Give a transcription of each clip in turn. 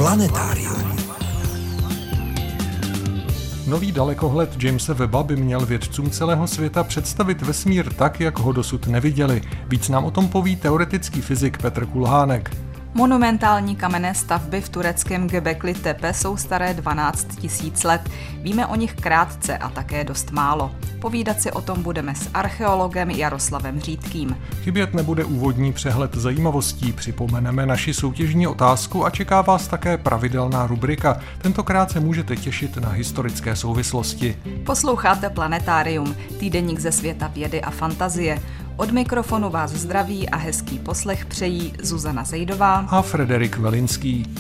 Planetárium. Nový dalekohled Jamese Webba by měl vědcům celého světa představit vesmír tak, jak ho dosud neviděli. Víc nám o tom poví teoretický fyzik Petr Kulhánek. Monumentální kamenné stavby v tureckém Göbekli Tepe jsou staré 12 000 let. Víme o nich krátce a také dost málo. Povídat si o tom budeme s archeologem Jaroslavem Řídkým. Chybět nebude úvodní přehled zajímavostí, připomeneme naši soutěžní otázku a čeká vás také pravidelná rubrika. Tentokrát se můžete těšit na historické souvislosti. Posloucháte Planetárium, týdeník ze světa vědy a fantazie. Od mikrofonu vás zdraví a hezký poslech přejí Zuzana Zejdová a Frederik Velinský.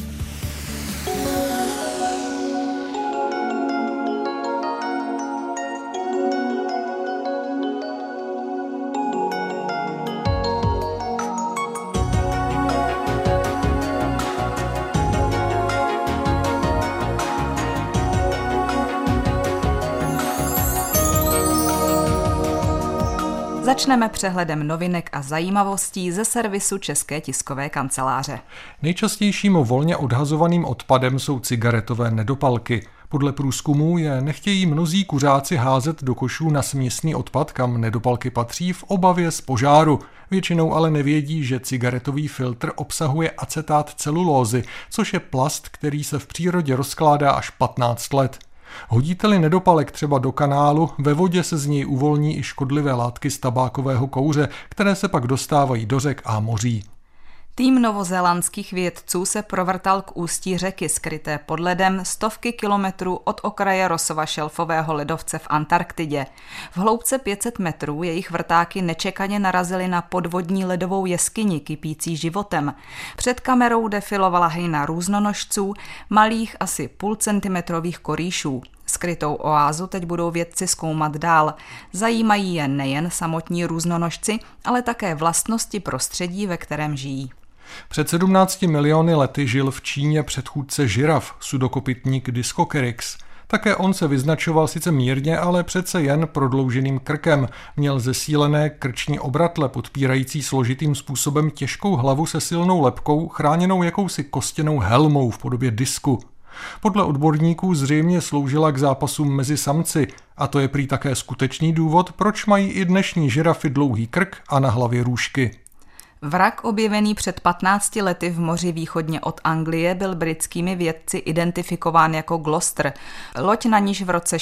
Začneme přehledem novinek a zajímavostí ze servisu České tiskové kanceláře. Nejčastějším volně odhazovaným odpadem jsou cigaretové nedopalky. Podle průzkumů je nechtějí mnozí kuřáci házet do košů na směsný odpad, kam nedopalky patří, v obavě z požáru. Většinou ale nevědí, že cigaretový filtr obsahuje acetát celulózy, což je plast, který se v přírodě rozkládá až 15 let. Hodíte-li nedopalek třeba do kanálu, ve vodě se z něj uvolní i škodlivé látky z tabákového kouře, které se pak dostávají do řek a moří. Tým novozélandských vědců se provrtal k ústí řeky skryté pod ledem stovky kilometrů od okraje Rossova šelfového ledovce v Antarktidě. V hloubce 500 metrů jejich vrtáky nečekaně narazily na podvodní ledovou jeskyni kypící životem. Před kamerou defilovala hejna různonožců, malých asi půlcentimetrových korýšů. Skrytou oázu teď budou vědci zkoumat dál. Zajímají je nejen samotní různonožci, ale také vlastnosti prostředí, ve kterém žijí. Před 17 miliony lety žil v Číně předchůdce žiraf, sudokopytník Discocaryx. Také on se vyznačoval sice mírně, ale přece jen prodlouženým krkem. Měl zesílené krční obratle podpírající složitým způsobem těžkou hlavu se silnou lebkou, chráněnou jakousi kostěnou helmou v podobě disku. Podle odborníků zřejmě sloužila k zápasům mezi samci a to je prý také skutečný důvod, proč mají i dnešní žirafy dlouhý krk a na hlavě růžky. Vrak objevený před 15 lety v moři východně od Anglie byl britskými vědci identifikován jako Gloster. Loď, na níž v roce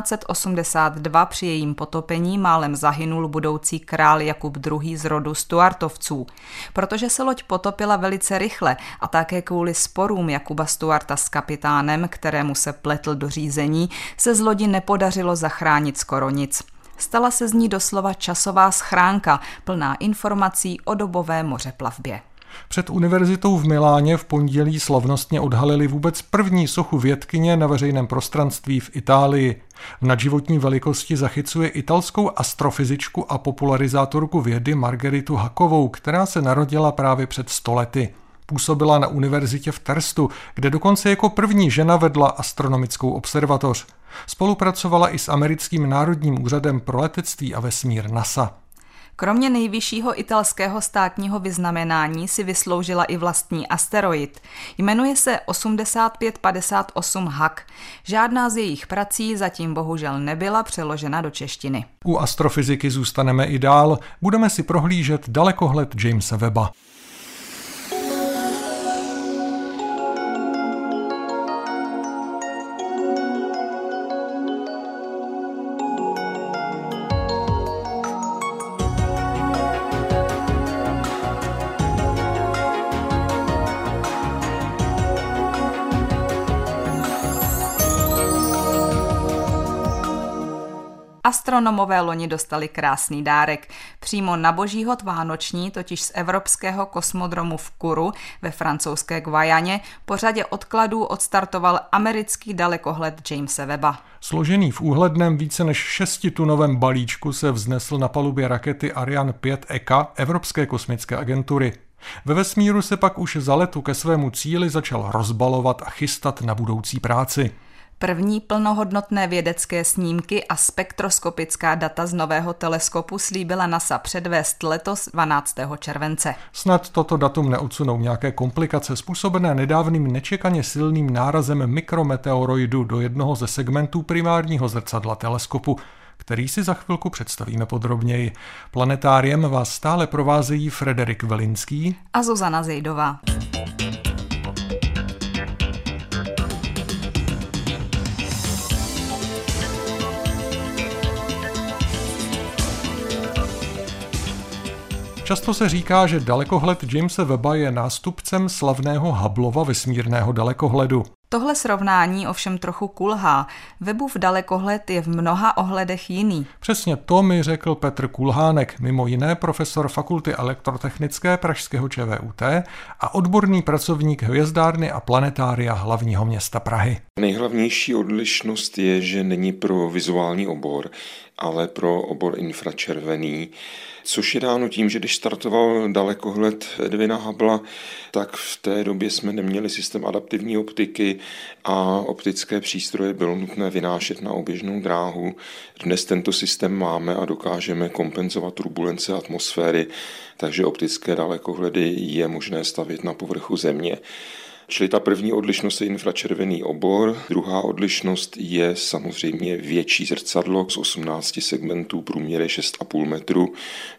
1682 při jejím potopení málem zahynul budoucí král Jakub II. Z rodu Stuartovců. Protože se loď potopila velice rychle a také kvůli sporům Jakuba Stuarta s kapitánem, kterému se pletl do řízení, se z lodi nepodařilo zachránit skoro nic. Stala se z ní doslova časová schránka, plná informací o dobové mořeplavbě. Před univerzitou v Miláně v pondělí slavnostně odhalili vůbec první sochu vědkyně na veřejném prostranství v Itálii. V nadživotní velikosti zachycuje italskou astrofyzičku a popularizátorku vědy Margeritu Hackovou, která se narodila právě před 100 lety. Působila na univerzitě v Terstu, kde dokonce jako první žena vedla astronomickou observatoř. Spolupracovala i s americkým Národním úřadem pro letectví a vesmír NASA. Kromě nejvyššího italského státního vyznamenání si vysloužila i vlastní asteroid. Jmenuje se 8558 Hack. Žádná z jejich prací zatím bohužel nebyla přeložena do češtiny. U astrofyziky zůstaneme i dál. Budeme si prohlížet dalekohled Jamese Webba. Astronomové loni dostali krásný dárek. Přímo na boží hod vánoční, totiž z evropského kosmodromu v Kourou ve francouzské Guyaně, po řadě odkladů odstartoval americký dalekohled Jamese Webba. Složený v úhledném více než 6tunovém balíčku se vznesl na palubě rakety Ariane 5 ECA Evropské kosmické agentury. Ve vesmíru se pak už za letu ke svému cíli začal rozbalovat a chystat na budoucí práci. První plnohodnotné vědecké snímky a spektroskopická data z nového teleskopu slíbila NASA předvést letos 12. července. Snad toto datum neodsunou nějaké komplikace způsobené nedávným nečekaně silným nárazem mikrometeoroidu do jednoho ze segmentů primárního zrcadla teleskopu, který si za chvilku představíme podrobněji. Planetáriem vás stále provázejí Frederik Velinský a Zuzana Zejdová. Často se říká, že dalekohled Jamese Webba je nástupcem slavného Hubbleova vesmírného dalekohledu. Tohle srovnání ovšem trochu kulhá. Webbův dalekohled je v mnoha ohledech jiný. Přesně to mi řekl Petr Kulhánek, mimo jiné profesor Fakulty elektrotechnické pražského ČVUT a odborný pracovník hvězdárny a planetária hlavního města Prahy. Nejhlavnější odlišnost je, že není pro vizuální obor, ale pro obor infračervený, což je dáno tím, že když startoval dalekohled Edwina Hubble, tak v té době jsme neměli systém adaptivní optiky a optické přístroje bylo nutné vynášet na oběžnou dráhu. Dnes tento systém máme a dokážeme kompenzovat turbulence atmosféry, takže optické dalekohledy je možné stavět na povrchu Země. Čili ta první odlišnost je infračervený obor, druhá odlišnost je samozřejmě větší zrcadlo z 18 segmentů, průměr je 6,5 metru,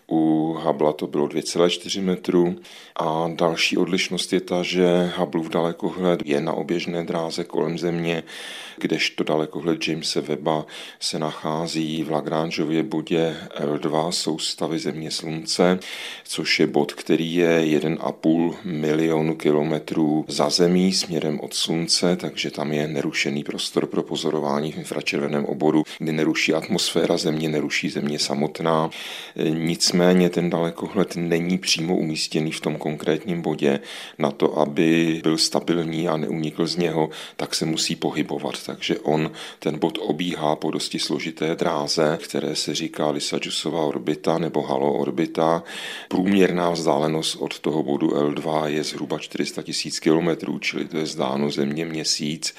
u Hubble to bylo 2,4 metru a další odlišnost je ta, že Hubbleův dalekohled je na oběžné dráze kolem Země, kdežto dalekohled Jamese Webba se nachází v Lagrangeově bodě L2 soustavy Země-Slunce, což je bod, který je 1,5 milionu kilometrů za Zemí směrem od Slunce, takže tam je nerušený prostor pro pozorování v infračerveném oboru, kdy neruší atmosféra Země, neruší Země samotná. Nicméně ten dalekohled není přímo umístěný v tom konkrétním bodě. Na to, aby byl stabilní a neunikl z něho, tak se musí pohybovat. Takže on ten bod obíhá po dosti složité dráze, které se říká Lissajusova orbita nebo halo orbita. Průměrná vzdálenost od toho bodu L2 je zhruba 400 000 kilometrů, čili to je vzdálenost Země Měsíc.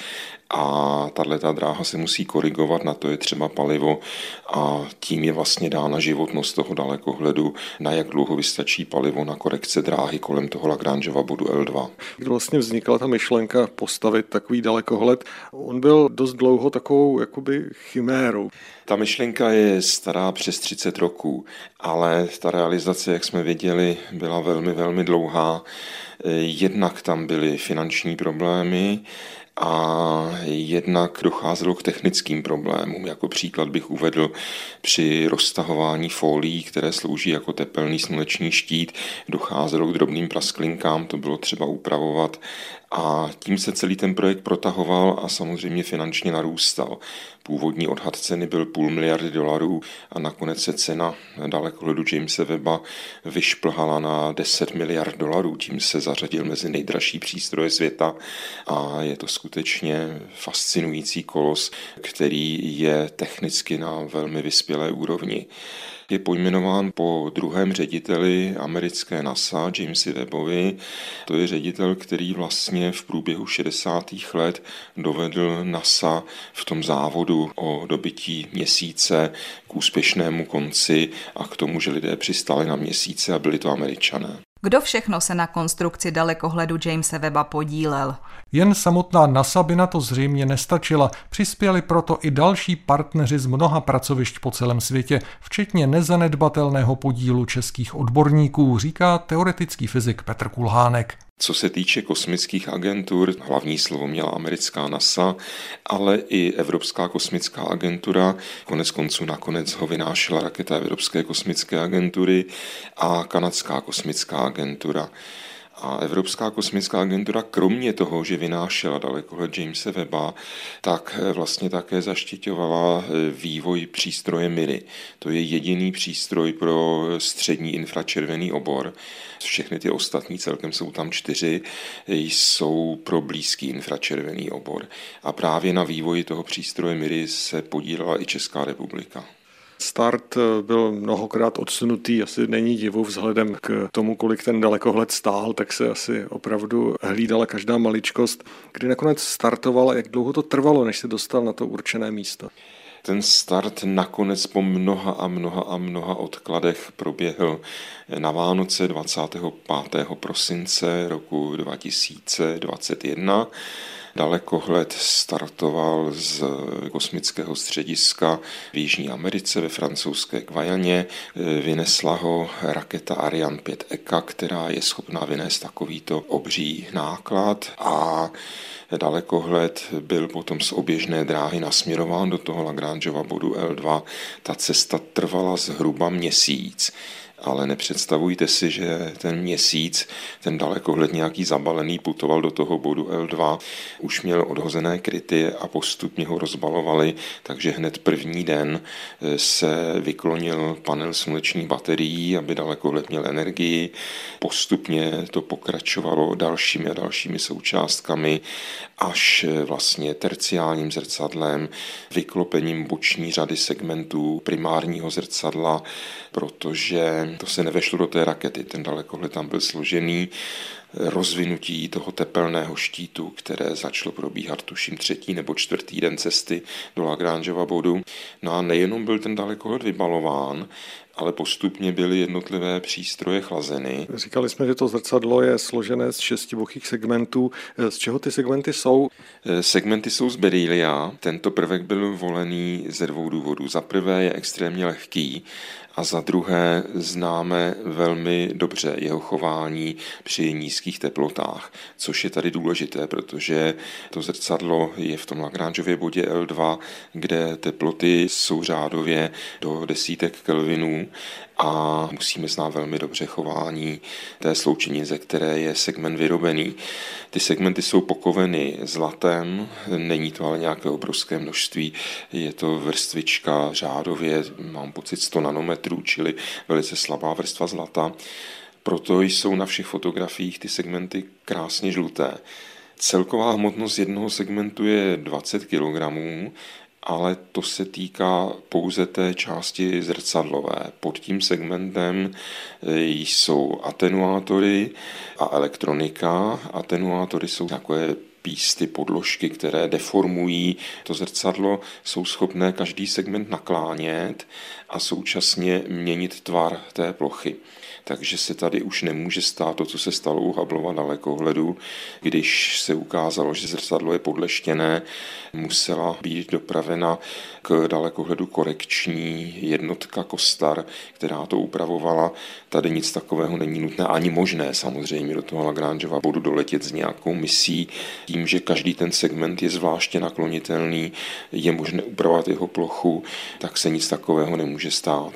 A tato dráha se musí korigovat, na to je třeba palivo a tím je vlastně dána životnost toho dalekohledu, na jak dlouho vystačí palivo na korekce dráhy kolem toho Lagrangeova bodu L2. Kdy vlastně vznikla ta myšlenka postavit takový dalekohled, on byl dost dlouho takovou jakoby chimérou. Ta myšlenka je stará přes 30 roků, ale ta realizace, jak jsme viděli, byla velmi, velmi dlouhá. Jednak tam byly finanční problémy, a jednak docházelo k technickým problémům. Jako příklad bych uvedl při roztahování fólií, které slouží jako tepelný sluneční štít, docházelo k drobným prasklinkám, to bylo třeba upravovat a tím se celý ten projekt protahoval a samozřejmě finančně narůstal. Původní odhad ceny byl $500 miliard a nakonec se cena dalekohledu Jamese Webba vyšplhala na $10 miliard, tím se zařadil mezi nejdražší přístroje světa a je to skutečně fascinující kolos, který je technicky na velmi vyspělé úrovni. Je pojmenován po druhém řediteli americké NASA, Jamesi Webbovi. To je ředitel, který vlastně v průběhu 60. let dovedl NASA v tom závodu o dobytí Měsíce k úspěšnému konci a k tomu, že lidé přistáli na Měsíci a byli to Američané. Kdo všechno se na konstrukci dalekohledu Jamese Webba podílel? Jen samotná NASA by na to zřejmě nestačila, přispěli proto i další partneři z mnoha pracovišť po celém světě, včetně nezanedbatelného podílu českých odborníků, říká teoretický fyzik Petr Kulhánek. Co se týče kosmických agentur, hlavní slovo měla americká NASA, ale i Evropská kosmická agentura, konec konců nakonec ho vynášela raketa Evropské kosmické agentury a Kanadská kosmická agentura. A Evropská kosmická agentura kromě toho, že vynášela dalekohled Jamese Webba, tak vlastně také zaštiťovala vývoj přístroje MIRI. To je jediný přístroj pro střední infračervený obor. Všechny ty ostatní, celkem jsou tam 4, jsou pro blízký infračervený obor. A právě na vývoji toho přístroje MIRI se podílela i Česká republika. Start byl mnohokrát odsunutý, asi není divu vzhledem k tomu, kolik ten dalekohled stál, tak se asi opravdu hlídala každá maličkost. Kdy nakonec startoval a jak dlouho to trvalo, než se dostal na to určené místo? Ten start nakonec po mnoha odkladech proběhl na Vánoce 25. prosince roku 2021. Dalekohled startoval z kosmického střediska v Jižní Americe ve francouzské Guyaně. Vynesla ho raketa Ariane 5 ECA, která je schopná vynést takovýto obří náklad, a dalekohled byl potom z oběžné dráhy nasměrován do toho Lagrangeova bodu L2. Ta cesta trvala zhruba měsíc. Ale nepředstavujte si, že ten měsíc, ten dalekohled nějaký zabalený putoval do toho bodu L2, už měl odhozené kryty a postupně ho rozbalovali, takže hned první den se vyklonil panel slunečních baterií, aby dalekohled měl energii. Postupně to pokračovalo dalšími a dalšími součástkami, až vlastně terciálním zrcadlem, vyklopením boční řady segmentů primárního zrcadla, protože to se nevešlo do té rakety. Ten dalekohled tam byl složený, rozvinutí toho tepelného štítu, které začalo probíhat tuším 3. nebo 4. den cesty do Lagrangeova bodu. No a nejenom byl ten dalekohled vybalován, ale postupně byly jednotlivé přístroje chlazeny. Říkali jsme, že to zrcadlo je složené z 6 bochých segmentů. Z čeho ty segmenty jsou? Segmenty jsou z beryllia. Tento prvek byl volený ze 2 důvodů. Za prvé je extrémně lehký a za druhé známe velmi dobře jeho chování při nízkých teplotách, což je tady důležité, protože to zrcadlo je v tom Lagrangeově bodě L2, kde teploty jsou řádově do desítek kelvinů a musíme znát velmi dobře chování té sloučeniny, ze které je segment vyrobený. Ty segmenty jsou pokoveny zlatem, není to ale nějaké obrovské množství, je to vrstvička řádově, mám pocit 100 nanometrů, čili velice slabá vrstva zlata. Proto jsou na všech fotografiích ty segmenty krásně žluté. Celková hmotnost jednoho segmentu je 20 kg, ale to se týká pouze té části zrcadlové. Pod tím segmentem jsou atenuátory a elektronika. Atenuátory jsou takové písty, podložky, které deformují to zrcadlo, jsou schopné každý segment naklánět a současně měnit tvar té plochy. Takže se tady už nemůže stát to, co se stalo u Hubbleova dalekohledu, když se ukázalo, že zrcadlo je podleštěné, musela být dopravena k dalekohledu korekční jednotka Kostar, která to upravovala. Tady nic takového není nutné ani možné samozřejmě do toho Lagrangeova bodu doletět s nějakou misí. Tím, že každý ten segment je zvláště naklonitelný, je možné upravovat jeho plochu, tak se nic takového nemůže stát.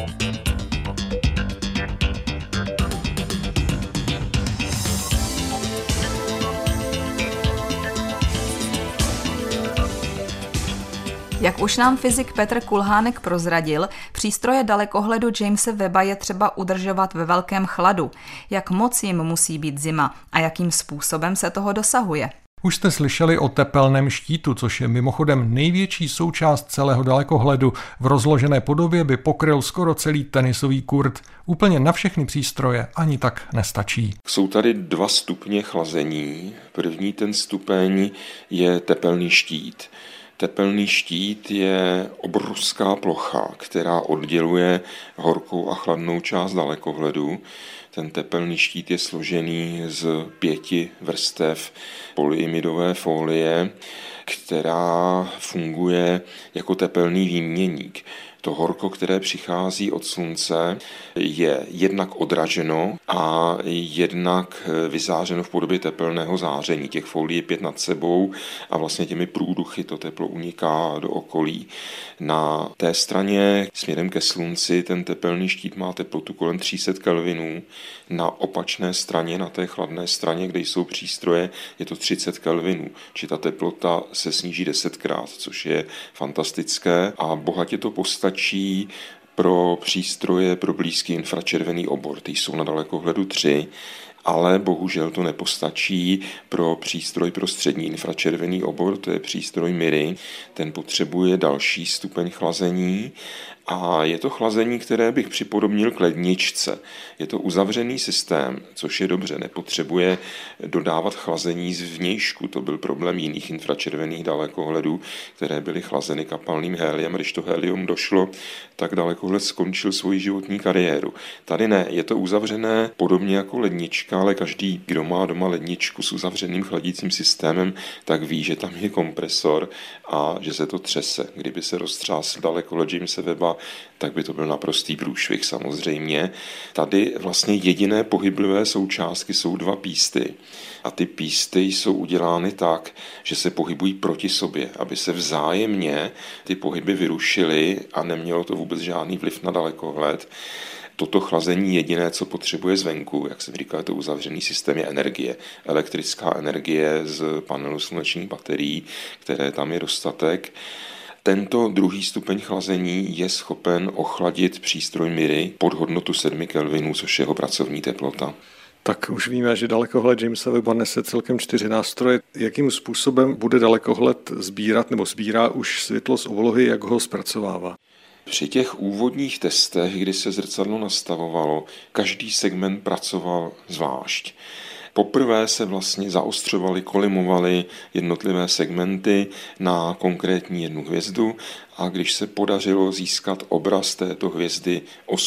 Jak už nám fyzik Petr Kulhánek prozradil, přístroje dalekohledu Jamese Webba je třeba udržovat ve velkém chladu. Jak moc jim musí být zima a jakým způsobem se toho dosahuje? Už jste slyšeli o tepelném štítu, což je mimochodem největší součást celého dalekohledu. V rozložené podobě by pokryl skoro celý tenisový kurt. Úplně na všechny přístroje ani tak nestačí. Jsou tady 2 stupně chlazení. První ten stupeň je tepelný štít. Tepelný štít je obrovská plocha, která odděluje horkou a chladnou část dalekohledu. Ten tepelný štít je složený z 5 vrstev polyimidové folie, která funguje jako tepelný výměník. To horko, které přichází od slunce, je jednak odraženo a jednak vyzářeno v podobě tepelného záření. Těch folií je 5 nad sebou a vlastně těmi průduchy to teplo uniká do okolí. Na té straně směrem ke slunci ten tepelný štít má teplotu kolem 300 kelvinů. Na opačné straně, na té chladné straně, kde jsou přístroje, je to 30 kelvinů. Či ta teplota se sníží 10krát, což je fantastické a bohatě to postačí pro přístroje pro blízký infračervený obor. Ty jsou na dalekohledu 3, ale bohužel to nepostačí pro přístroj pro střední infračervený obor, to je přístroj MIRI. Ten potřebuje další stupeň chlazení A je to chlazení, které bych připodobnil k ledničce. Je to uzavřený systém, což je dobře, nepotřebuje dodávat chlazení zvnějšku. To byl problém jiných infračervených dalekohledů, které byly chlazeny kapalným héliem. Když to hélium došlo, tak dalekohled skončil svoji životní kariéru. Tady ne, je to uzavřené podobně jako lednička, ale každý, kdo má doma ledničku s uzavřeným chladícím systémem, tak ví, že tam je kompresor a že se to třese. Kdyby se roztřásl dalekohled Jamese Webba, tak by to byl naprostý průšvih samozřejmě. Tady vlastně jediné pohyblivé součástky jsou dva písty. A ty písty jsou udělány tak, že se pohybují proti sobě, aby se vzájemně ty pohyby vyrušily a nemělo to vůbec žádný vliv na dalekohled. Toto chlazení jediné, co potřebuje zvenku, jak jsem říkal, to uzavřený systém, je energie. Elektrická energie z panelu slunečních baterií, které tam je dostatek. Tento druhý stupeň chlazení je schopen ochladit přístroj Miri pod hodnotu 7 Kelvinů, což je jeho pracovní teplota. Tak už víme, že dalekohled Jamesa Webba nese celkem 4 nástroje. Jakým způsobem bude dalekohled sbírat nebo sbírá už světlo z oblohy, jak ho zpracovává? Při těch úvodních testech, kdy se zrcadlo nastavovalo, každý segment pracoval zvlášť. Poprvé se vlastně zaostřovaly, kolimovaly jednotlivé segmenty na konkrétní jednu hvězdu a když se podařilo získat obraz této hvězdy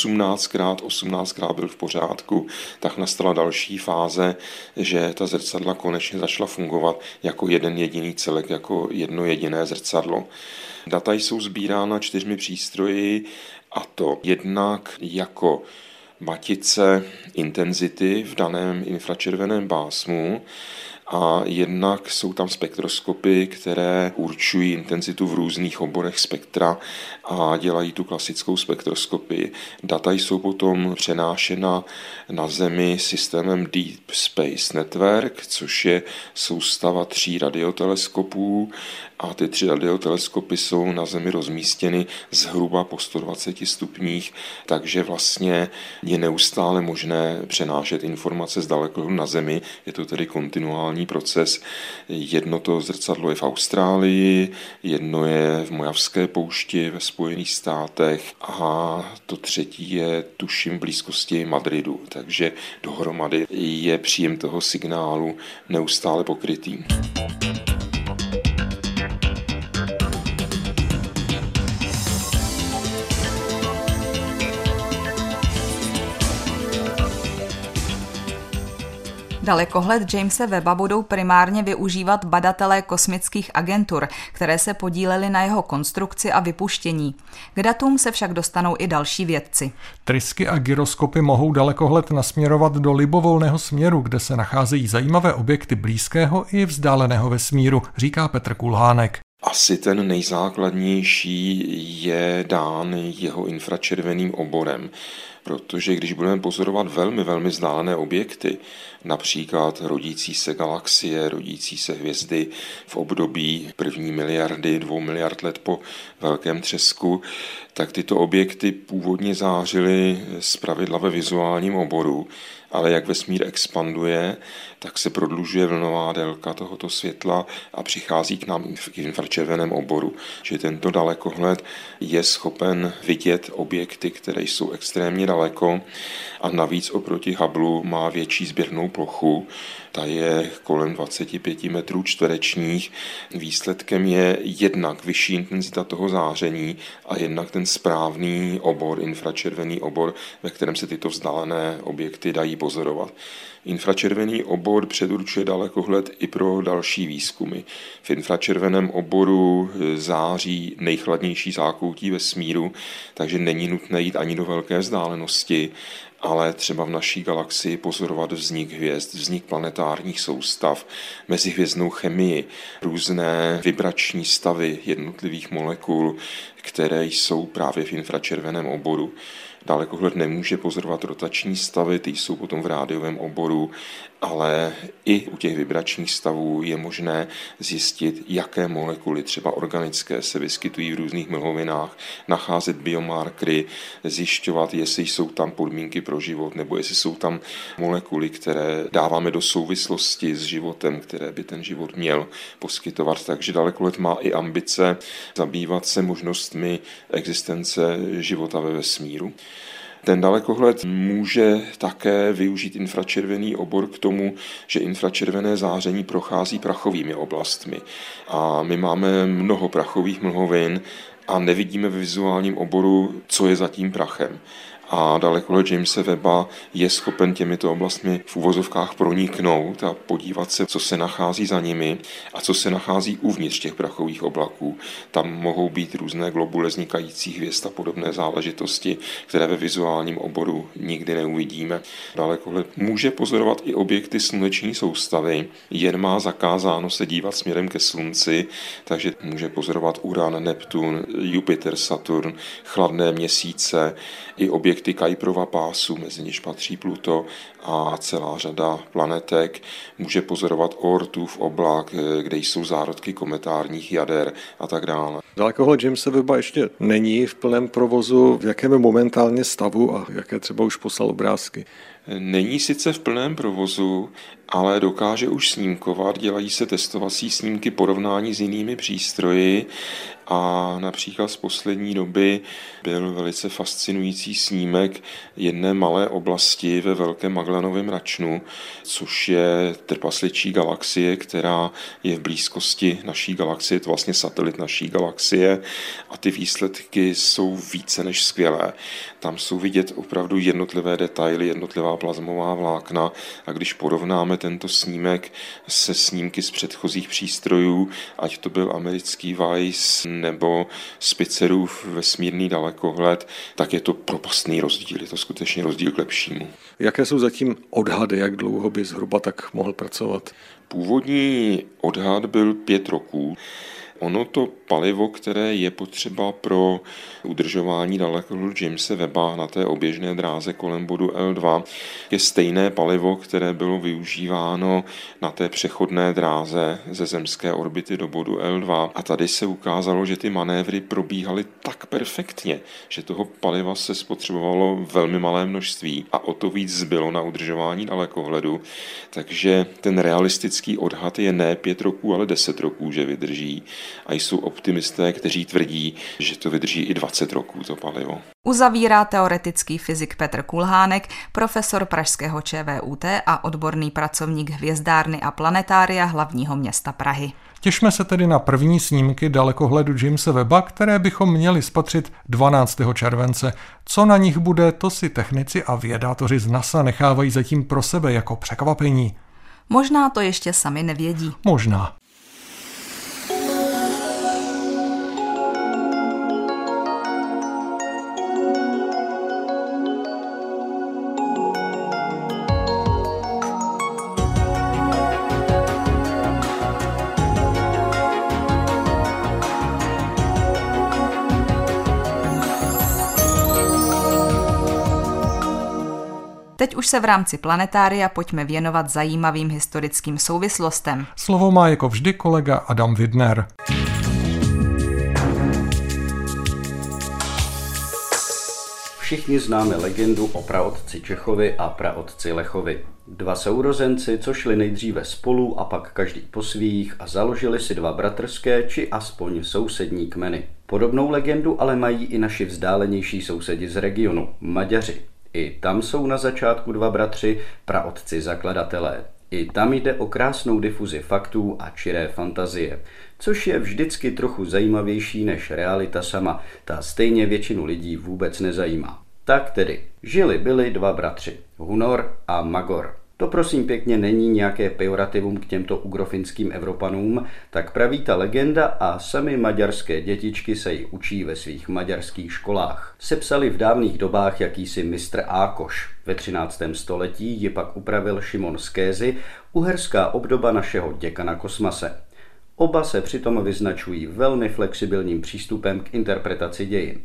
18x byl v pořádku, tak nastala další fáze, že ta zrcadla konečně začala fungovat jako jeden jediný celek, jako jedno jediné zrcadlo. Data jsou sbírána 4 přístroji, a to jednak jako matice intenzity v daném infračerveném pásmu a jednak jsou tam spektroskopy, které určují intenzitu v různých oborech spektra a dělají tu klasickou spektroskopii. Data jsou potom přenášena na Zemi systémem Deep Space Network, což je soustava 3 radioteleskopů a ty 3 radioteleskopy jsou na Zemi rozmístěny zhruba po 120 stupních, takže vlastně je neustále možné přenášet informace z dalekohledu na Zemi. Je to tedy kontinuální proces. Jedno to zrcadlo je v Austrálii, jedno je v Mojavské poušti ve Spojených státech a to třetí je tuším v blízkosti Madridu. Takže dohromady je příjem toho signálu neustále pokrytý. Dalekohled Jamese Webba budou primárně využívat badatelé kosmických agentur, které se podílely na jeho konstrukci a vypuštění. K datům se však dostanou i další vědci. Trysky a gyroskopy mohou dalekohled nasměrovat do libovolného směru, kde se nacházejí zajímavé objekty blízkého i vzdáleného vesmíru, říká Petr Kulhánek. Asi ten nejzákladnější je dán jeho infračerveným oborem, protože když budeme pozorovat velmi vzdálené objekty, například rodící se galaxie, rodící se hvězdy v období 1 miliardy, 2 miliard let po velkém třesku, tak tyto objekty původně zářily zpravidla ve vizuálním oboru, ale jak vesmír expanduje, tak se prodlužuje vlnová délka tohoto světla a přichází k nám v infračerveném oboru. Že tento dalekohled je schopen vidět objekty, které jsou extrémně daleko a navíc oproti Hubblu má větší sběrnou plochu. Ta je kolem 25 metrů čtverečních. Výsledkem je jednak vyšší intenzita toho záření a jednak ten správný obor, infračervený obor, ve kterém se tyto vzdálené objekty dají pozorovat. Infračervený obor předurčuje dalekohled i pro další výzkumy. V infračerveném oboru září nejchladnější zákoutí vesmíru, takže není nutné jít ani do velké vzdálenosti, ale třeba v naší galaxii pozorovat vznik hvězd, vznik planetárních soustav, mezihvězdnou chemii, různé vibrační stavy jednotlivých molekul, které jsou právě v infračerveném oboru. Dalekohled nemůže pozorovat rotační stavy, ty jsou potom v rádiovém oboru, ale i u těch vibračních stavů je možné zjistit, jaké molekuly, třeba organické, se vyskytují v různých mlhovinách, nacházet biomarkery, zjišťovat, jestli jsou tam podmínky pro život, nebo jestli jsou tam molekuly, které dáváme do souvislosti s životem, které by ten život měl poskytovat. Takže dalekohled má i ambice zabývat se možnostmi existence života ve vesmíru. Ten dalekohled může také využít infračervený obor k tomu, že infračervené záření prochází prachovými oblastmi. A my máme mnoho prachových mlhovin a nevidíme ve vizuálním oboru, co je za tím prachem. A dalekohled Jamese Webba je schopen těmito oblastmi v uvozovkách proniknout a podívat se, co se nachází za nimi a co se nachází uvnitř těch prachových oblaků. Tam mohou být různé globule vznikajících hvězd a podobné záležitosti, které ve vizuálním oboru nikdy neuvidíme. Dalekohled může pozorovat i objekty sluneční soustavy, jen má zakázáno se dívat směrem ke Slunci, takže může pozorovat Uran, Neptun, Jupiter, Saturn, chladné měsíce, i objekty Kuiperova pásu, mezi něž patří Pluto a celá řada planetek. Může pozorovat Oortův oblak, kde jsou zárodky kometárních jader a tak dále. Dalekohled Jamese Webba ještě není v plném provozu. V jakém je momentálně stavu a jaké třeba už poslal obrázky? Není sice v plném provozu, ale dokáže už snímkovat, dělají se testovací snímky porovnání s jinými přístroji a například z poslední doby byl velice fascinující snímek jedné malé oblasti ve Velkém Magellanovém mračnu, což je trpasličí galaxie, která je v blízkosti naší galaxie, to vlastně satelit naší galaxie a ty výsledky jsou více než skvělé. Tam jsou vidět opravdu jednotlivé detaily, jednotlivá plazmová vlákna a když porovnáme tento snímek se snímky z předchozích přístrojů, ať to byl americký Weiss nebo Spitzerův vesmírný dalekohled, tak je to propastný rozdíl, je to skutečně rozdíl k lepšímu. Jaké jsou zatím odhady, jak dlouho by zhruba tak mohl pracovat? Původní odhad byl 5 roků. Ono to palivo, které je potřeba pro udržování dalekohledu Jamese Webba na té oběžné dráze kolem bodu L2, je stejné palivo, které bylo využíváno na té přechodné dráze ze zemské orbity do bodu L2. A tady se ukázalo, že ty manévry probíhaly tak perfektně, že toho paliva se spotřebovalo velmi malé množství a o to víc zbylo na udržování dalekohledu. Takže ten realistický odhad je ne 5 roků, ale 10 roků, že vydrží. A jsou optimisté, kteří tvrdí, že to vydrží i 20 roků to palivo. Uzavírá teoretický fyzik Petr Kulhánek, profesor pražského ČVUT a odborný pracovník hvězdárny a planetária hlavního města Prahy. Těšme se tedy na první snímky dalekohledu Jamese Webba, které bychom měli spatřit 12. července. Co na nich bude, to si technici a vědátoři z NASA nechávají zatím pro sebe jako překvapení. Možná to ještě sami nevědí. Možná. Teď už se v rámci planetária pojďme věnovat zajímavým historickým souvislostem. Slovo má jako vždy kolega Adam Widner. Všichni známe legendu o praotci Čechovi a praotci Lechovi. 2 sourozenci, co šli nejdříve spolu a pak každý po svých a založili si 2 bratrské či aspoň sousední kmeny. Podobnou legendu ale mají i naši vzdálenější sousedi z regionu, Maďaři. I tam jsou na začátku 2 bratři, praotci zakladatelé. I tam jde o krásnou difuzi faktů a čiré fantazie, což je vždycky trochu zajímavější než realita sama, ta stejně většinu lidí vůbec nezajímá. Tak tedy, byli 2 bratři, Hunor a Magor. To prosím pěkně není nějaké pejorativum k těmto ugrofinským Evropanům, tak praví ta legenda a sami maďarské dětičky se ji učí ve svých maďarských školách. Sepsali v dávných dobách jakýsi mistr Ákos. Ve 13. století ji pak upravil Šimon z Kézy, uherská obdoba našeho děkana Kosmase. Oba se přitom vyznačují velmi flexibilním přístupem k interpretaci dějin.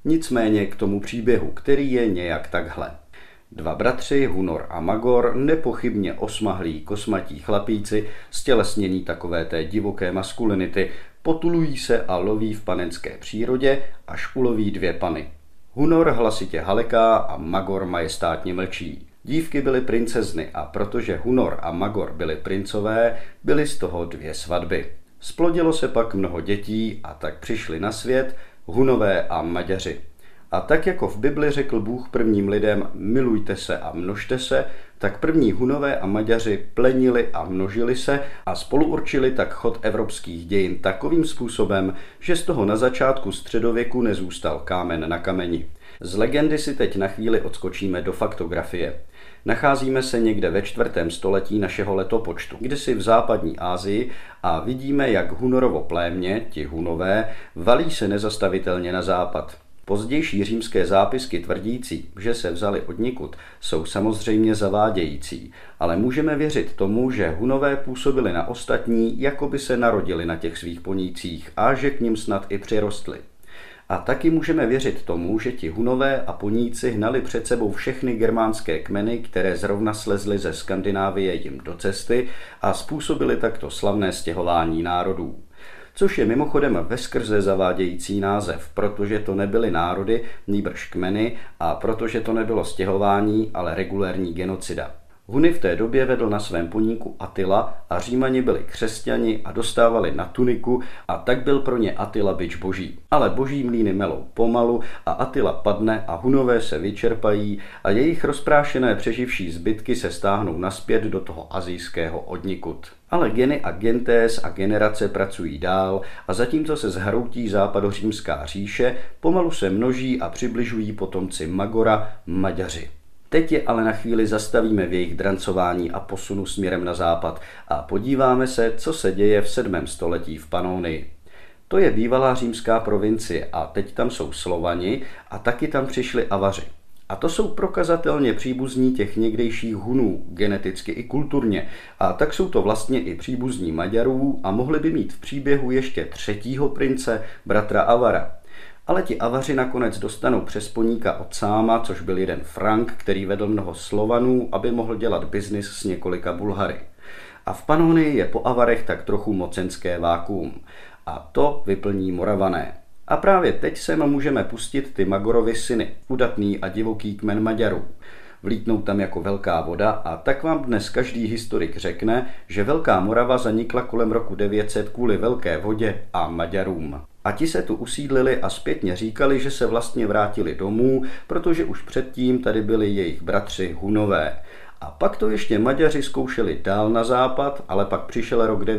Nicméně k tomu příběhu, který je nějak takhle. Dva bratři, Hunor a Magor, nepochybně osmahlí kosmatí chlapíci, stělesnění takové té divoké maskulinity, potulují se a loví v panenské přírodě, až uloví dvě pany. Hunor hlasitě haleká a Magor majestátně mlčí. Dívky byly princezny a protože Hunor a Magor byli princové, byly z toho dvě svatby. Splodilo se pak mnoho dětí a tak přišli na svět Hunové a Maďaři. A tak jako v Bibli řekl Bůh prvním lidem milujte se a množte se, tak první Hunové a Maďaři plenili a množili se a spolu určili tak chod evropských dějin takovým způsobem, že z toho na začátku středověku nezůstal kámen na kameni. Z legendy si teď na chvíli odskočíme do faktografie. Nacházíme se někde ve 4. století našeho letopočtu, kdysi v západní Asii a vidíme, jak Hunorovo plémě, ti Hunové, valí se nezastavitelně na západ. Pozdější římské zápisky tvrdící, že se vzali odnikud, jsou samozřejmě zavádějící, ale můžeme věřit tomu, že Hunové působili na ostatní, jako by se narodili na těch svých ponících a že k nim snad i přirostli. A taky můžeme věřit tomu, že ti Hunové a poníci hnali před sebou všechny germánské kmeny, které zrovna slezly ze Skandinávie jim do cesty a způsobili takto slavné stěhování národů. Což je mimochodem veskrze zavádějící název, protože to nebyly národy, nýbrž kmeny a protože to nebylo stěhování, ale regulérní genocida. Huny v té době vedl na svém poníku Attila a Římani byli křesťani a dostávali na tuniku a tak byl pro ně Attila bič boží. Ale boží mlýny melou pomalu a Attila padne a Hunové se vyčerpají a jejich rozprášené přeživší zbytky se stáhnou naspět do toho asijského odnikud. Ale geny a gentes a generace pracují dál a zatímco se zhroutí západořímská říše, pomalu se množí a přibližují potomci Magora, Maďaři. Teď je ale na chvíli zastavíme v jejich drancování a posunu směrem na západ a podíváme se, co se děje v 7. století v Panonii. To je bývalá římská provincie a teď tam jsou Slovani a taky tam přišli Avaři. A to jsou prokazatelně příbuzní těch někdejších Hunů, geneticky i kulturně, a tak jsou to vlastně i příbuzní Maďarů a mohli by mít v příběhu ještě 3. prince, bratra Avara. Ale ti Avaři nakonec dostanou přes poníka od Sáma, což byl jeden Frank, který vedl mnoho Slovanů, aby mohl dělat biznis s několika Bulhary. A v Panonii je po Avarech tak trochu mocenské vákuum. A to vyplní Moravané. A právě teď sem můžeme pustit ty Magorovy syny, udatný a divoký kmen Maďarů. Vlítnou tam jako velká voda a tak vám dnes každý historik řekne, že Velká Morava zanikla kolem roku 900 kvůli velké vodě a Maďarům. A ti se tu usídlili a zpětně říkali, že se vlastně vrátili domů, protože už předtím tady byli jejich bratři Hunové. A pak to ještě Maďaři zkoušeli dál na západ, ale pak přišel rok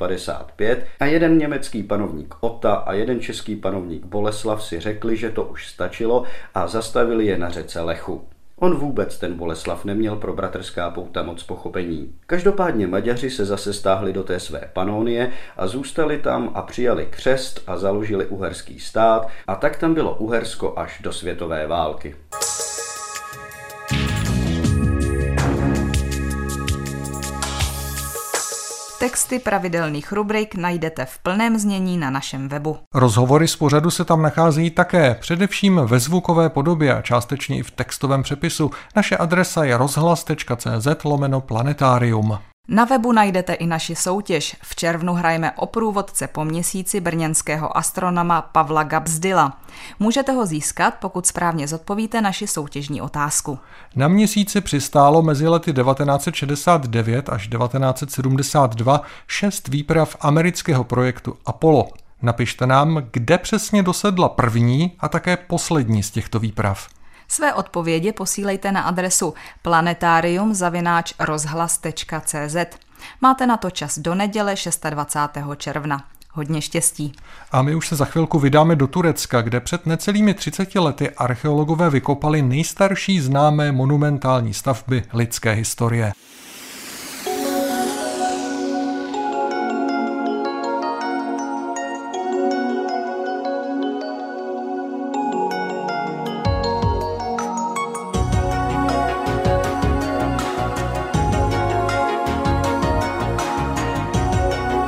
955 a jeden německý panovník Ota a jeden český panovník Boleslav si řekli, že to už stačilo a zastavili je na řece Lechu. On vůbec ten Boleslav neměl pro bratrská pouta moc pochopení. Každopádně Maďaři se zase stáhli do té své Panonie a zůstali tam a přijali křest a založili uherský stát a tak tam bylo Uhersko až do světové války. Texty pravidelných rubrik najdete v plném znění na našem webu. Rozhovory z pořadu se tam nacházejí také, především ve zvukové podobě a částečně i v textovém přepisu. Naše adresa je rozhlas.cz/planetarium. Na webu najdete i naši soutěž. V červnu hrajeme o průvodce po měsíci brněnského astronoma Pavla Gabzdila. Můžete ho získat, pokud správně zodpovíte naši soutěžní otázku. Na měsíci přistálo mezi lety 1969 až 1972 6 výprav amerického projektu Apollo. Napište nám, kde přesně dosedla první a také poslední z těchto výprav. Své odpovědi posílejte na adresu planetarium@rozhlas.cz. Máte na to čas do neděle 26. června. Hodně štěstí. A my už se za chvilku vydáme do Turecka, kde před necelými 30 lety archeologové vykopali nejstarší známé monumentální stavby lidské historie.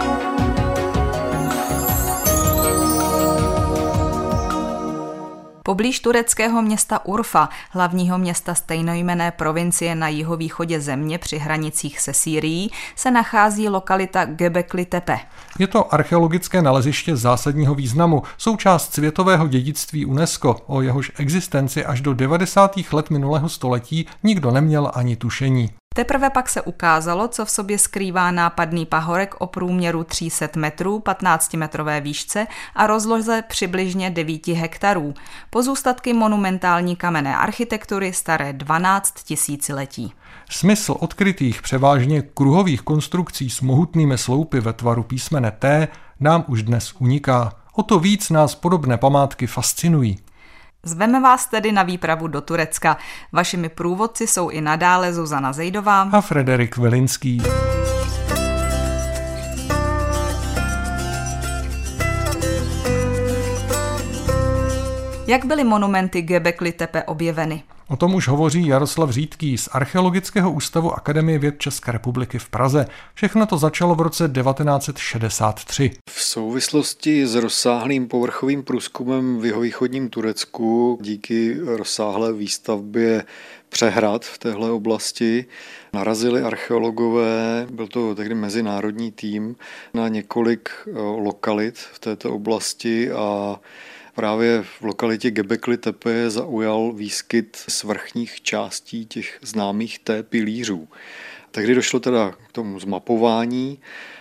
Po Poblíž tureckého města Urfa, hlavního města stejnojmenné provincie na jihovýchodě země při hranicích se Sýrií, se nachází lokalita Göbekli Tepe. Je to archeologické naleziště zásadního významu, součást světového dědictví UNESCO, o jehož existenci až do 90. let minulého století nikdo neměl ani tušení. Teprve pak se ukázalo, co v sobě skrývá nápadný pahorek o průměru 300 metrů, 15-metrové výšce a rozloze přibližně 9 hektarů. Pozůstatky monumentální kamenné architektury staré 12 tisíciletí. Smysl odkrytých převážně kruhových konstrukcí s mohutnými sloupy ve tvaru písmene T nám už dnes uniká. O to víc nás podobné památky fascinují. Zveme vás tedy na výpravu do Turecka. Vašimi průvodci jsou i nadále Zuzana Zejdová a Frederik Velinský. Jak byly monumenty Göbekli Tepe objeveny? O tom už hovoří Jaroslav Řídký z Archeologického ústavu Akademie věd České republiky v Praze. Všechno to začalo v roce 1963. V souvislosti s rozsáhlým povrchovým průzkumem v jihovýchodním Turecku díky rozsáhlé výstavbě přehrad v téhle oblasti narazili archeologové, byl to tehdy mezinárodní tým, na několik lokalit v této oblasti a právě v lokalitě Göbekli Tepe zaujal výskyt svrchních částí těch známých T pilířů. Tehdy došlo teda k tomu zmapování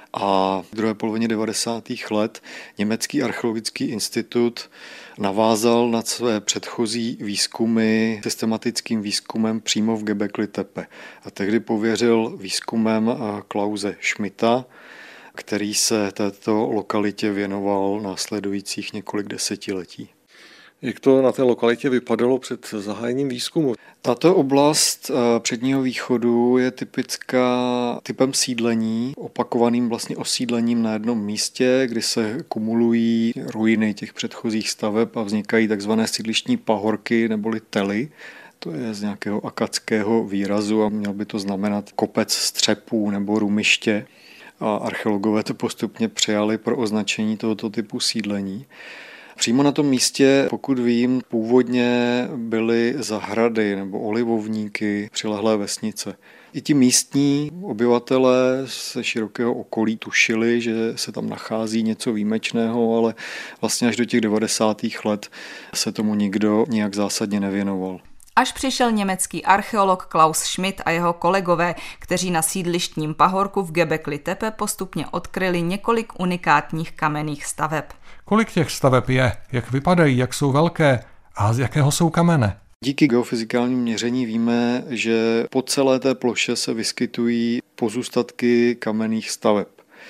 a v druhé polovině 90. let Německý archeologický institut navázal na své předchozí výzkumy systematickým výzkumem přímo v Göbekli Tepe. A tehdy pověřil výzkumem Klause Schmidta, který se této lokalitě věnoval následujících několik desetiletí. Jak to na té lokalitě vypadalo před zahájením výzkumu? Tato oblast Předního východu je typická typem sídlení, opakovaným vlastně osídlením na jednom místě, kdy se kumulují ruiny těch předchozích staveb a vznikají takzvané sídlištní pahorky neboli tely. To je z nějakého akadského výrazu a měl by to znamenat kopec střepů nebo rumiště. A archeologové to postupně přijali pro označení tohoto typu sídlení. Přímo na tom místě, pokud vím, původně byly zahrady nebo olivovníky, přilehlé vesnice. I ti místní obyvatelé ze širokého okolí tušili, že se tam nachází něco výjimečného, ale vlastně až do těch 90. let se tomu nikdo nijak zásadně nevěnoval. Až přišel německý archeolog Klaus Schmidt a jeho kolegové, kteří na sídlištním pahorku v Göbekli Tepe postupně odkryli několik unikátních kamenných staveb. Kolik těch staveb je, jak vypadají, jak jsou velké a z jakého jsou kamene? Díky geofyzikálnímu měření víme, že po celé té ploše se vyskytují pozůstatky kamenných staveb.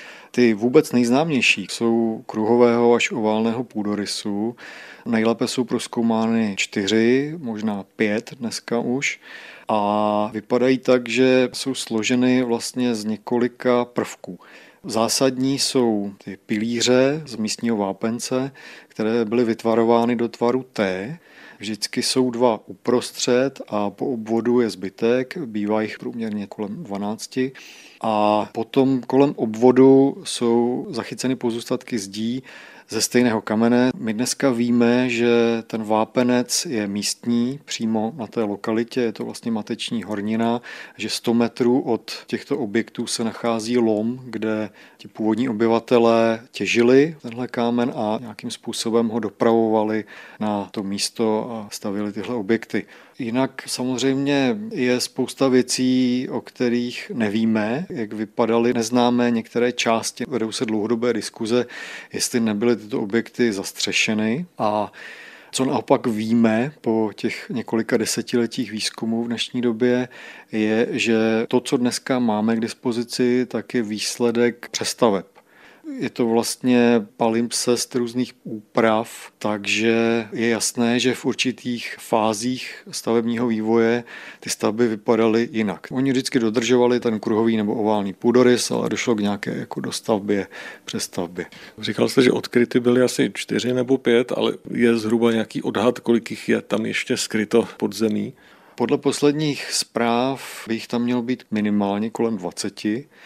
Ty vůbec nejznámější jsou kruhového až oválného půdorysu. Nejlépe jsou prozkoumány 4, možná 5 dneska už. A vypadají tak, že jsou složeny vlastně z několika prvků. Zásadní jsou ty pilíře z místního vápence, které byly vytvarovány do tvaru T. Vždycky jsou 2 uprostřed a po obvodu je zbytek, bývá jich průměrně kolem 12. A potom kolem obvodu jsou zachyceny pozůstatky zdí ze stejného kamene. My dneska víme, že ten vápenec je místní, přímo na té lokalitě, je to vlastně mateční hornina, že 100 metrů od těchto objektů se nachází lom, kde ti původní obyvatelé těžili tenhle kámen a nějakým způsobem ho dopravovali na to místo a stavili tyhle objekty. Jinak samozřejmě je spousta věcí, o kterých nevíme, jak vypadaly, neznáme některé části. Vedou se dlouhodobé diskuze, jestli nebyly tyto objekty zastřešeny a co naopak víme po těch několika desetiletích výzkumů v dnešní době, je, že to, co dneska máme k dispozici, tak je výsledek přestaveb. Je to vlastně palimpsest různých úprav, takže je jasné, že v určitých fázích stavebního vývoje ty stavby vypadaly jinak. Oni vždycky dodržovali ten kruhový nebo oválný půdorys, ale došlo k nějaké jako dostavbě, přestavbě. Říkal jste, že odkryty byly asi 4 nebo 5, ale je zhruba nějaký odhad, kolik jich je tam ještě skryto pod zemí? Podle posledních zpráv by jich tam mělo být minimálně kolem 20.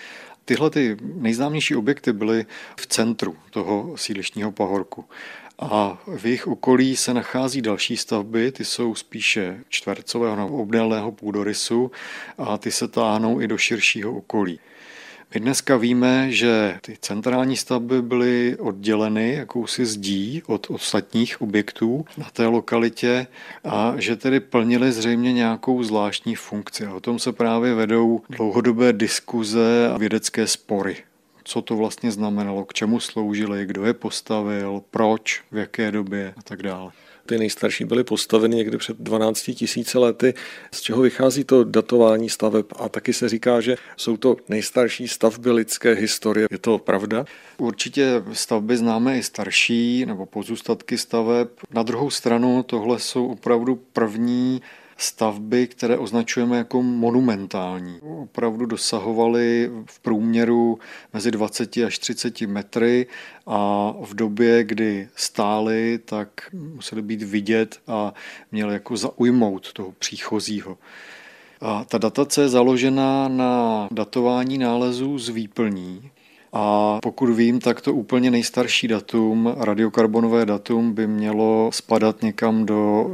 Tyhle ty nejznámější objekty byly v centru toho sídlištního pahorku. A v jejich okolí se nachází další stavby, ty jsou spíše čtvercového nebo obdélného půdorysu a ty se táhnou i do širšího okolí. My dneska víme, že ty centrální stavby byly odděleny jakousi zdí od ostatních objektů na té lokalitě a že tedy plnily zřejmě nějakou zvláštní funkci. A o tom se právě vedou dlouhodobé diskuze a vědecké spory. Co to vlastně znamenalo, k čemu sloužily, kdo je postavil, proč, v jaké době a tak dále. Ty nejstarší byly postaveny někdy před 12 000 lety, z čeho vychází to datování staveb a taky se říká, že jsou to nejstarší stavby lidské historie. Je to pravda? Určitě stavby známe i starší nebo pozůstatky staveb. Na druhou stranu tohle jsou opravdu první stavby, které označujeme jako monumentální. Opravdu dosahovaly v průměru mezi 20 až 30 metry a v době, kdy stály, tak musely být vidět a měly jako zaujmout toho příchozího. A ta datace je založena na datování nálezů z výplní. A pokud vím, tak to úplně nejstarší datum, radiokarbonové datum, by mělo spadat někam do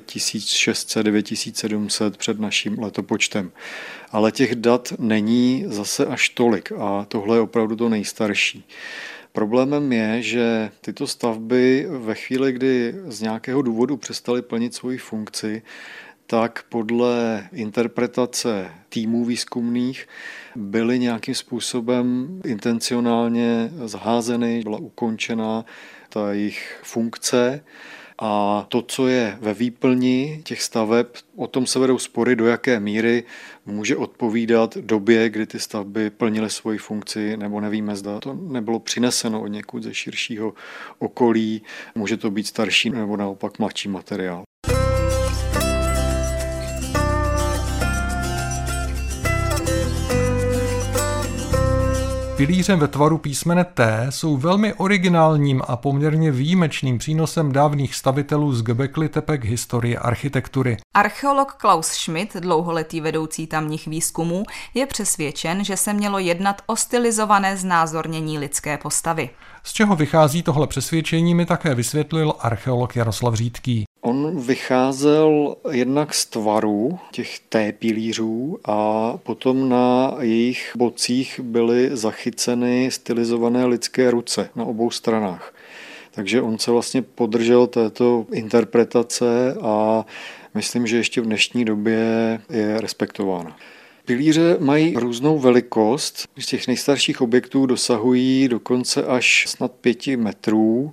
9600, 9700 před naším letopočtem. Ale těch dat není zase až tolik a tohle je opravdu to nejstarší. Problémem je, že tyto stavby ve chvíli, kdy z nějakého důvodu přestaly plnit svoji funkci, tak podle interpretace týmů výzkumných byly nějakým způsobem intencionálně zházeny, byla ukončena ta jejich funkce a to, co je ve výplni těch staveb, o tom se vedou spory, do jaké míry může odpovídat době, kdy ty stavby plnily svoji funkci, nebo nevíme, zda to nebylo přineseno od někud ze širšího okolí, může to být starší nebo naopak mladší materiál. Pilířem ve tvaru písmene T jsou velmi originálním a poměrně výjimečným přínosem dávných stavitelů z Göbekli Tepe k historii architektury. Archeolog Klaus Schmidt, dlouholetý vedoucí tamních výzkumů, je přesvědčen, že se mělo jednat o stylizované znázornění lidské postavy. Z čeho vychází tohle přesvědčení, mi také vysvětlil archeolog Jaroslav Řídký. On vycházel jednak z tvaru těch T pilířů a potom na jejich bocích byly zachyceny stylizované lidské ruce na obou stranách. Takže on se vlastně podržel této interpretace a myslím, že ještě v dnešní době je respektována. Pilíře mají různou velikost. Z těch nejstarších objektů dosahují dokonce až snad 5 metrů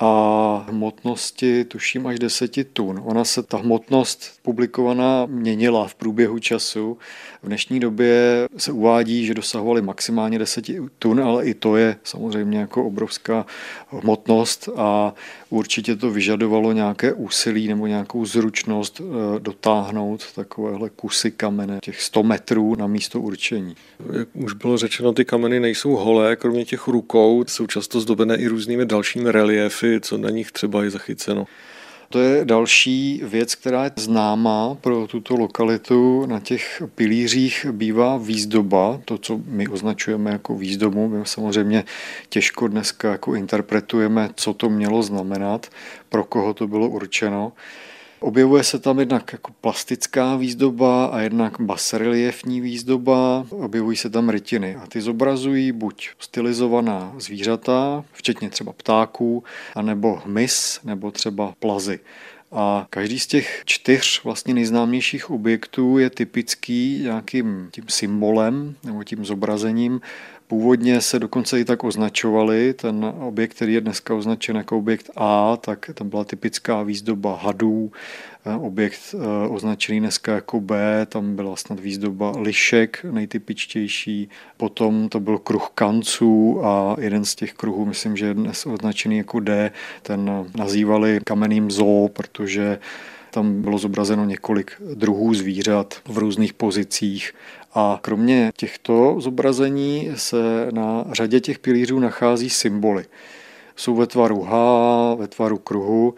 a hmotnosti tuším až 10 tun. Ona se ta hmotnost publikovaná měnila v průběhu času. V dnešní době se uvádí, že dosahovaly maximálně 10 tun, ale i to je samozřejmě jako obrovská hmotnost a určitě to vyžadovalo nějaké úsilí nebo nějakou zručnost dotáhnout takovéhle kusy kamene, těch 100 metrů na místo určení. Jak už bylo řečeno, ty kameny nejsou holé, kromě těch rukou jsou často zdobené i různými dalšími reliéfy, co na nich třeba je zachyceno. To je další věc, která je známá pro tuto lokalitu. Na těch pilířích bývá výzdoba, to, co my označujeme jako výzdobu. My samozřejmě těžko dneska jako interpretujeme, co to mělo znamenat, pro koho to bylo určeno. Objevuje se tam jednak jako plastická výzdoba a jednak basreliefní výzdoba. Objevují se tam rytiny a ty zobrazují buď stylizovaná zvířata, včetně třeba ptáků, anebo hmyz, nebo třeba plazy. A každý z těch 4 vlastně nejznámějších objektů je typický nějakým tím symbolem nebo tím zobrazením. Původně se dokonce i tak označovali. Ten objekt, který je dneska označen jako objekt A, tak tam byla typická výzdoba hadů. Objekt označený dneska jako B, tam byla snad výzdoba lišek, nejtypičtější. Potom to byl kruh kanců a jeden z těch kruhů, myslím, že je dnes označený jako D, ten nazývali kamenným zoo, protože tam bylo zobrazeno několik druhů zvířat v různých pozicích. A kromě těchto zobrazení se na řadě těch pilířů nachází symboly. Jsou ve tvaru H, ve tvaru kruhu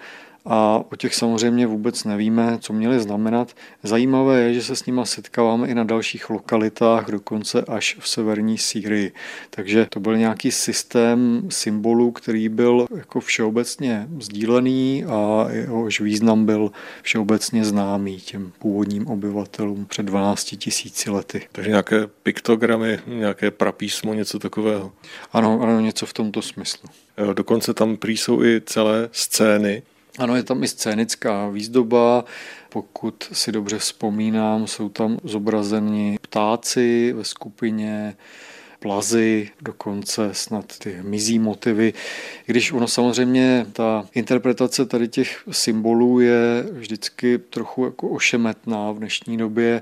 a o těch samozřejmě vůbec nevíme, co měly znamenat. Zajímavé je, že se s nima setkáváme i na dalších lokalitách, dokonce až v severní Sýrii. Takže to byl nějaký systém symbolů, který byl jako všeobecně sdílený a jehož význam byl všeobecně známý těm původním obyvatelům před 12 000 lety. Takže nějaké piktogramy, nějaké prapísmo, něco takového. Ano, něco v tomto smyslu. Dokonce tam prý jsou i celé scény. Ano, je tam i scénická výzdoba. Pokud si dobře vzpomínám, jsou tam zobrazeni ptáci ve skupině, plazy, dokonce snad ty hmyzí motivy. Když ono samozřejmě, ta interpretace tady těch symbolů je vždycky trochu jako ošemetná v dnešní době.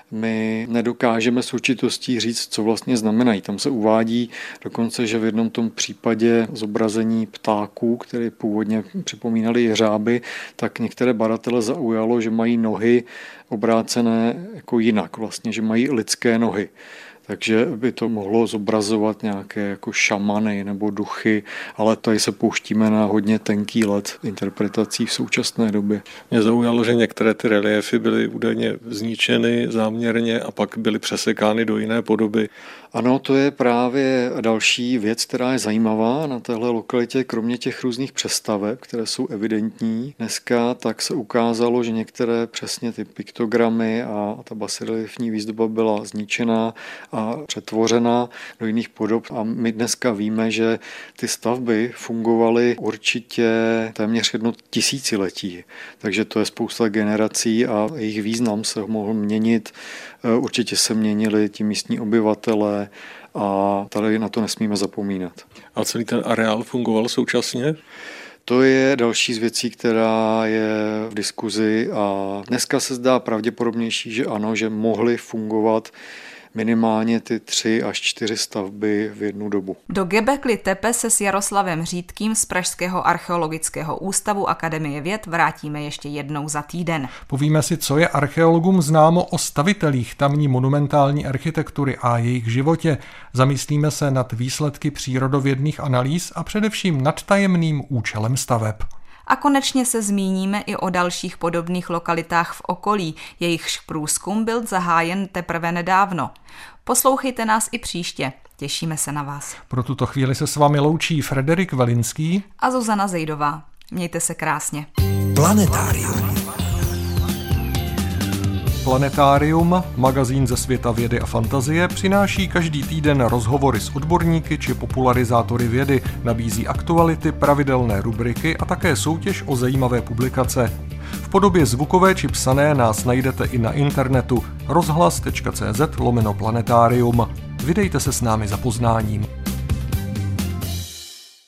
My nedokážeme s určitostí říct, co vlastně znamenají. Tam se uvádí dokonce, že v jednom tom případě zobrazení ptáků, které původně připomínaly jeřáby, tak některé badatele zaujalo, že mají nohy obrácené jako jinak, vlastně, že mají lidské nohy. Takže by to mohlo zobrazovat nějaké jako šamany nebo duchy, ale tady se pouštíme na hodně tenký led interpretací v současné době. Mě zaujalo, že některé ty reliéfy byly údajně zničeny záměrně a pak byly přesekány do jiné podoby. Ano, to je právě další věc, která je zajímavá na téhle lokalitě, kromě těch různých přestaveb, které jsou evidentní dneska, tak se ukázalo, že některé přesně ty piktogramy a ta basreliefní výzdoba byla zničená a přetvořena do jiných podob. A my dneska víme, že ty stavby fungovaly určitě téměř 1000 let. Takže to je spousta generací a jejich význam se mohl měnit. Určitě se měnili ti místní obyvatelé a tady na to nesmíme zapomínat. A celý ten areál fungoval současně? To je další z věcí, která je v diskuzi a dneska se zdá pravděpodobnější, že ano, že mohly fungovat minimálně ty 3 až 4 stavby v jednu dobu. Do Göbekli Tepe se s Jaroslavem Řídkým z Pražského archeologického ústavu Akademie věd vrátíme ještě jednou za týden. Povíme si, co je archeologům známo o stavitelích tamní monumentální architektury a jejich životě. Zamyslíme se nad výsledky přírodovědných analýz a především nad tajemným účelem staveb. A konečně se zmíníme i o dalších podobných lokalitách v okolí, jejichž průzkum byl zahájen teprve nedávno. Poslouchejte nás i příště, těšíme se na vás. Pro tuto chvíli se s vámi loučí Frederik Velinský a Zuzana Zejdová. Mějte se krásně. Planetárium. Planetárium, magazín ze světa vědy a fantazie, přináší každý týden rozhovory s odborníky či popularizátory vědy, nabízí aktuality, pravidelné rubriky a také soutěž o zajímavé publikace. V podobě zvukové či psané nás najdete i na internetu rozhlas.cz/planetárium. Vydejte se s námi za poznáním.